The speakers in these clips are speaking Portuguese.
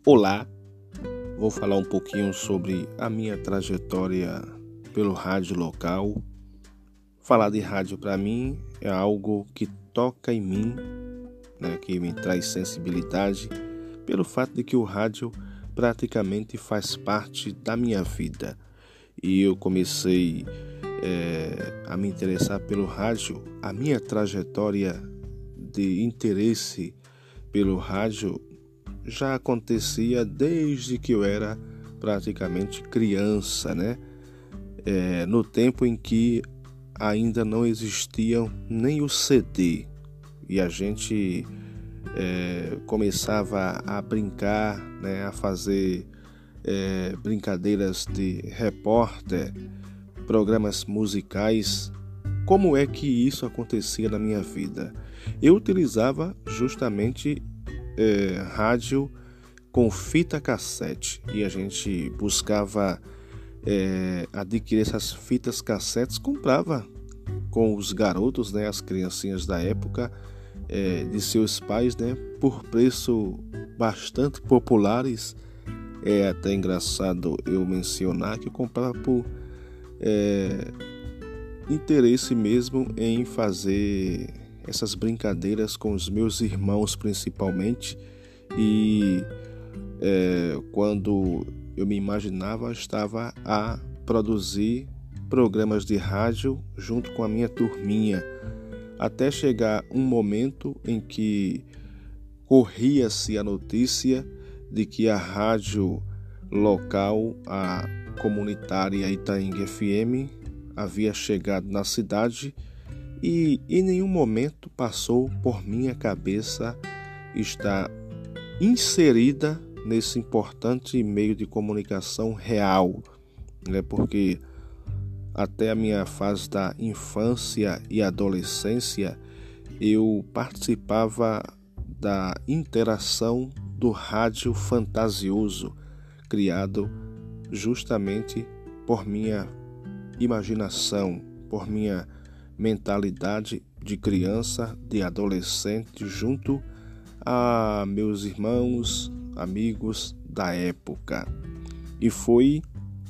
Olá, vou falar um pouquinho sobre a minha trajetória pelo rádio local. Falar de rádio para mim é algo que toca em mim, que me traz sensibilidade, pelo fato de que o rádio praticamente faz parte da minha vida. E eu comecei a me interessar pelo rádio. A minha trajetória de interesse pelo rádio já acontecia desde que eu era praticamente criança, no tempo em que ainda não existiam nem o CD e a gente começava a brincar, a fazer brincadeiras de repórter, programas musicais. Como é que isso acontecia na minha vida? Eu utilizava justamente rádio com fita cassete e a gente buscava adquirir essas fitas cassetes, comprava com os garotos, as criancinhas da época de seus pais, por preço bastante populares. É até engraçado eu mencionar que eu comprava por interesse mesmo em fazer essas brincadeiras com os meus irmãos principalmente, e quando eu me imaginava, estava a produzir programas de rádio junto com a minha turminha, até chegar um momento em que corria-se a notícia de que a rádio local, a comunitária Itaenga FM, havia chegado na cidade. E em nenhum momento passou por minha cabeça estar inserida nesse importante meio de comunicação real, porque até a minha fase da infância e adolescência eu participava da interação do rádio fantasioso, criado justamente por minha imaginação, por minha mentalidade de criança, de adolescente, junto a meus irmãos, amigos da época. E foi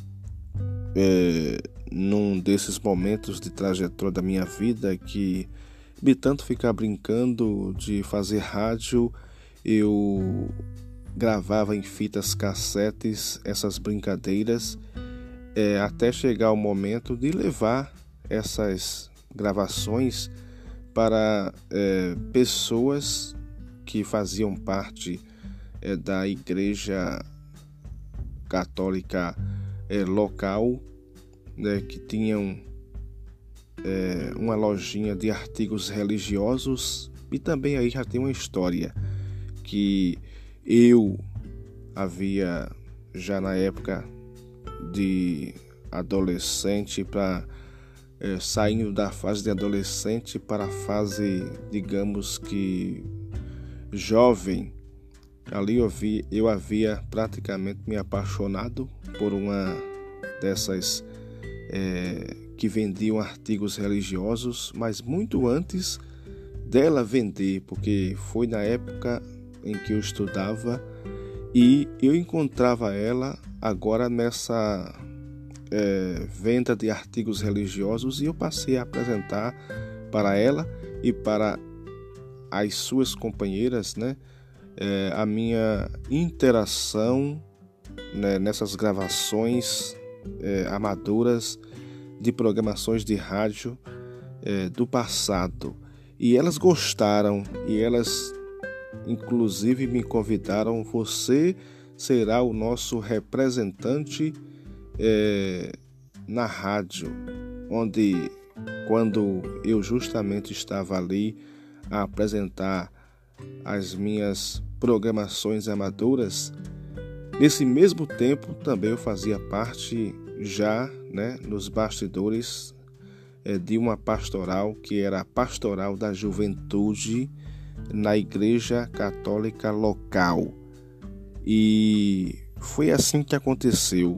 num desses momentos de trajetória da minha vida que, de tanto ficar brincando de fazer rádio, eu gravava em fitas cassetes essas brincadeiras, até chegar o momento de levar essas gravações para pessoas que faziam parte da igreja católica local, que tinham uma lojinha de artigos religiosos. E também aí já tem uma história que eu havia, já na época de adolescente, saindo da fase de adolescente para a fase, digamos que jovem, ali eu havia praticamente me apaixonado por uma dessas que vendiam artigos religiosos, mas muito antes dela vender, porque foi na época em que eu estudava e eu encontrava ela agora nessa venda de artigos religiosos, e eu passei a apresentar para ela e para as suas companheiras, a minha interação, nessas gravações amadoras de programações de rádio do passado. E elas gostaram, e elas inclusive me convidaram: você será o nosso representante na rádio, onde, quando eu justamente estava ali a apresentar as minhas programações amadoras, nesse mesmo tempo também eu fazia parte já, nos bastidores de uma pastoral, que era a Pastoral da Juventude na Igreja Católica local. E foi assim que aconteceu.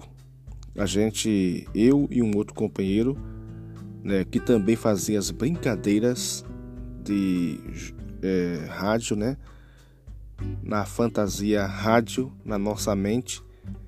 Eu e um outro companheiro, que também fazia as brincadeiras de rádio, na fantasia rádio, na nossa mente,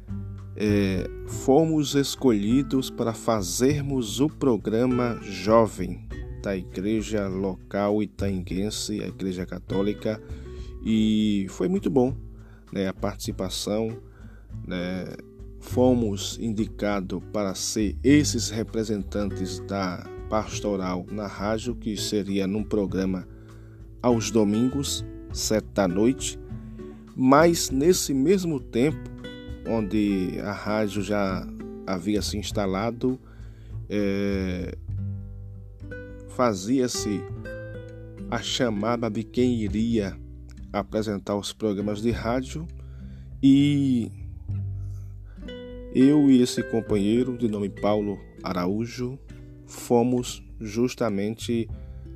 fomos escolhidos para fazermos o programa Jovem da igreja local itaenguense, a Igreja Católica, e foi muito bom, né, a participação, né, fomos indicados para ser esses representantes da pastoral na rádio, que seria num programa aos domingos, 7 da noite, mas nesse mesmo tempo, onde a rádio já havia se instalado, fazia-se a chamada de quem iria apresentar os programas de rádio, e eu e esse companheiro de nome Paulo Araújo fomos justamente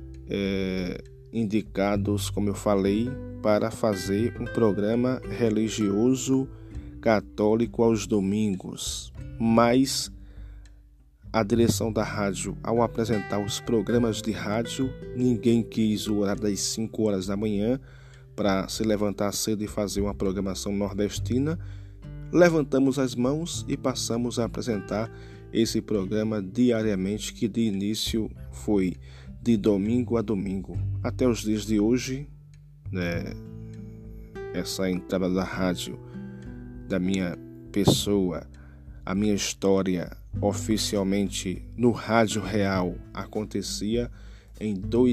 indicados, como eu falei, para fazer um programa religioso católico aos domingos. Mas a direção da rádio, ao apresentar os programas de rádio, ninguém quis o horário das 5 horas da manhã para se levantar cedo e fazer uma programação nordestina. Levantamos as mãos e passamos a apresentar esse programa diariamente, que de início foi de domingo a domingo. Até os dias de hoje, né, essa entrada da rádio, da minha pessoa, a minha história oficialmente no Rádio Real acontecia em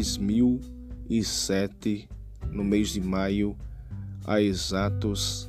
2007, no mês de maio, a exatos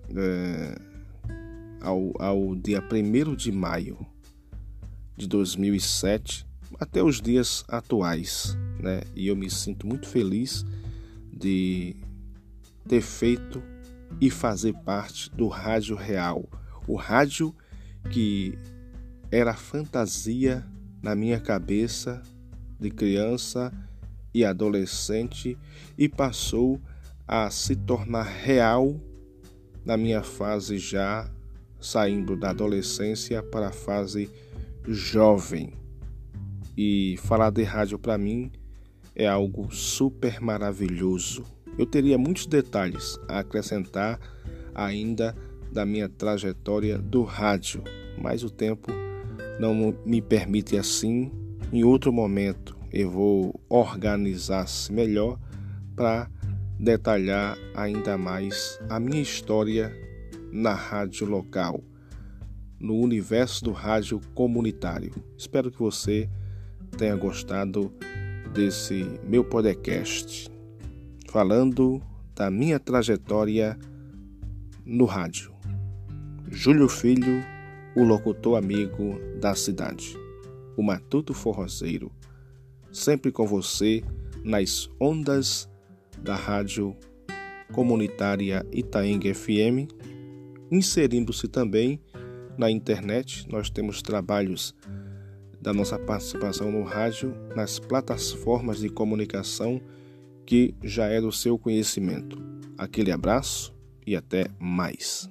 ao dia 1º de maio de 2007, até os dias atuais, né? E eu me sinto muito feliz de ter feito e fazer parte do Rádio Real, o rádio que era fantasia na minha cabeça de criança e adolescente e passou a se tornar real na minha fase, já saindo da adolescência para a fase jovem. E falar de rádio para mim é algo super maravilhoso. Eu teria muitos detalhes a acrescentar ainda da minha trajetória do rádio, mas o tempo não me permite assim. Em outro momento eu vou organizar-se melhor para detalhar ainda mais a minha história na rádio local, no universo do rádio comunitário. Espero que você tenha gostado desse meu podcast, falando da minha trajetória no rádio. Júlio Filho, o locutor amigo da cidade, o matuto forrozeiro, sempre com você nas ondas da rádio comunitária Itaenga FM, inserindo-se também na internet. Nós temos trabalhos da nossa participação no rádio nas plataformas de comunicação que já é do seu conhecimento. Aquele abraço e até mais.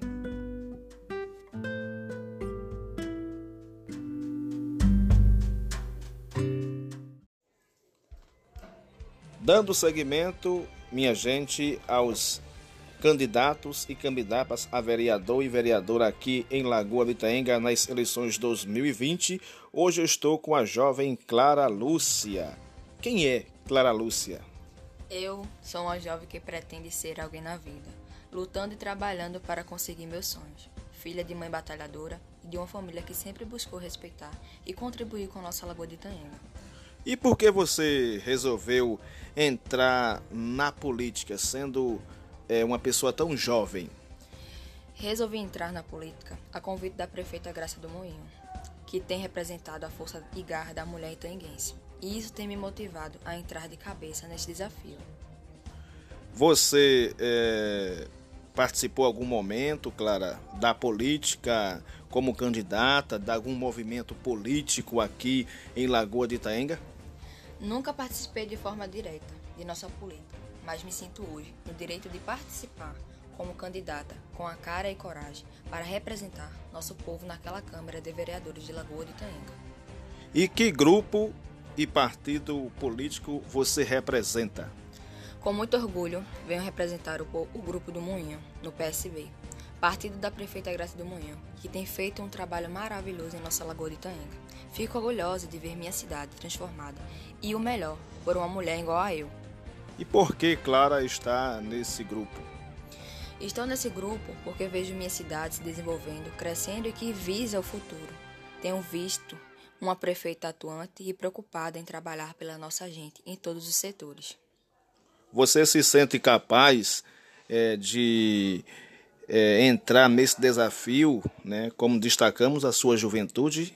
Dando seguimento, minha gente, aos candidatos e candidatas a vereador e vereadora aqui em Lagoa de Itaenga nas eleições 2020. Hoje eu estou com a jovem Clara Lúcia. Quem é Clara Lúcia? Eu sou uma jovem que pretende ser alguém na vida, lutando e trabalhando para conseguir meus sonhos. Filha de mãe batalhadora e de uma família que sempre buscou respeitar e contribuir com a nossa Lagoa de Itaenga. E por que você resolveu entrar na política, sendo uma pessoa tão jovem? Resolvi entrar na política a convite da prefeita Graça do Moinho, que tem representado a força e garra da mulher itaenguense. E isso tem me motivado a entrar de cabeça nesse desafio. Você participou em algum momento, Clara, da política como candidata, de algum movimento político aqui em Lagoa de Itaenga? Nunca participei de forma direta de nossa política, mas me sinto hoje no direito de participar como candidata com a cara e coragem para representar nosso povo naquela Câmara de Vereadores de Lagoa de Itaenga. E que grupo e partido político você representa? Com muito orgulho, venho representar o Grupo do Moinho, no PSB, partido da prefeita Graça do Moinho, que tem feito um trabalho maravilhoso em nossa Lagoa de Itaenga. Fico orgulhosa de ver minha cidade transformada e, o melhor, por uma mulher igual a eu. E por que Clara está nesse grupo? Estou nesse grupo porque vejo minha cidade se desenvolvendo, crescendo e que visa o futuro. Tenho visto uma prefeita atuante e preocupada em trabalhar pela nossa gente em todos os setores. Você se sente capaz de entrar nesse desafio, né, como destacamos a sua juventude?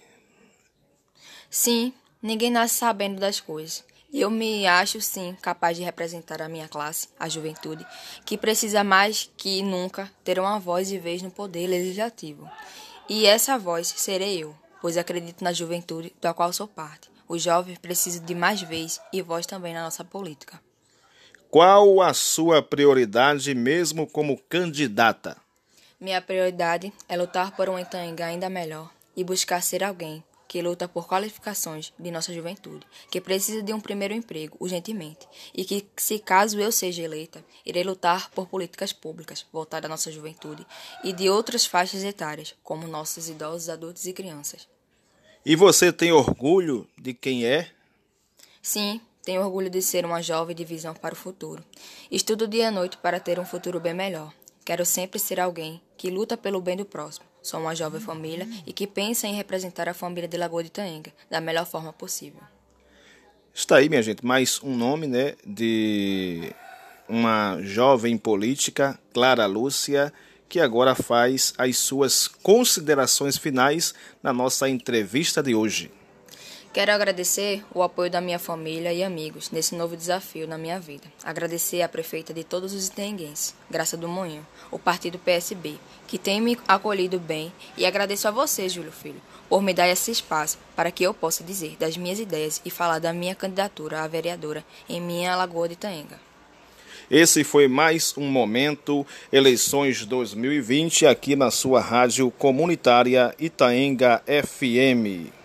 Sim, ninguém nasce sabendo das coisas. Eu me acho, sim, capaz de representar a minha classe, a juventude, que precisa mais que nunca ter uma voz e vez no poder legislativo. E essa voz serei eu, pois acredito na juventude da qual sou parte. Os jovens precisam de mais vez e voz também na nossa política. Qual a sua prioridade mesmo como candidata? Minha prioridade é lutar por um Itaenga ainda melhor e buscar ser alguém que luta por qualificações de nossa juventude, que precisa de um primeiro emprego urgentemente e que, se caso eu seja eleita, irei lutar por políticas públicas voltadas à nossa juventude e de outras faixas etárias, como nossos idosos, adultos e crianças. E você tem orgulho de quem é? Sim, tenho orgulho de ser uma jovem de visão para o futuro. Estudo dia e noite para ter um futuro bem melhor. Quero sempre ser alguém que luta pelo bem do próximo. Sou uma jovem família e que pensa em representar a família de Lagoa de Itaenga da melhor forma possível. Está aí, minha gente, mais um nome, né, de uma jovem política, Clara Lúcia, que agora faz as suas considerações finais na nossa entrevista de hoje. Quero agradecer o apoio da minha família e amigos nesse novo desafio na minha vida. Agradecer à prefeita de todos os itaenguenses, Graça do Moinho, o partido PSB, que tem me acolhido bem, e agradeço a você, Júlio Filho, por me dar esse espaço para que eu possa dizer das minhas ideias e falar da minha candidatura a vereadora em minha Lagoa de Itaenga. Esse foi mais um Momento Eleições 2020 aqui na sua rádio comunitária Itaenga FM.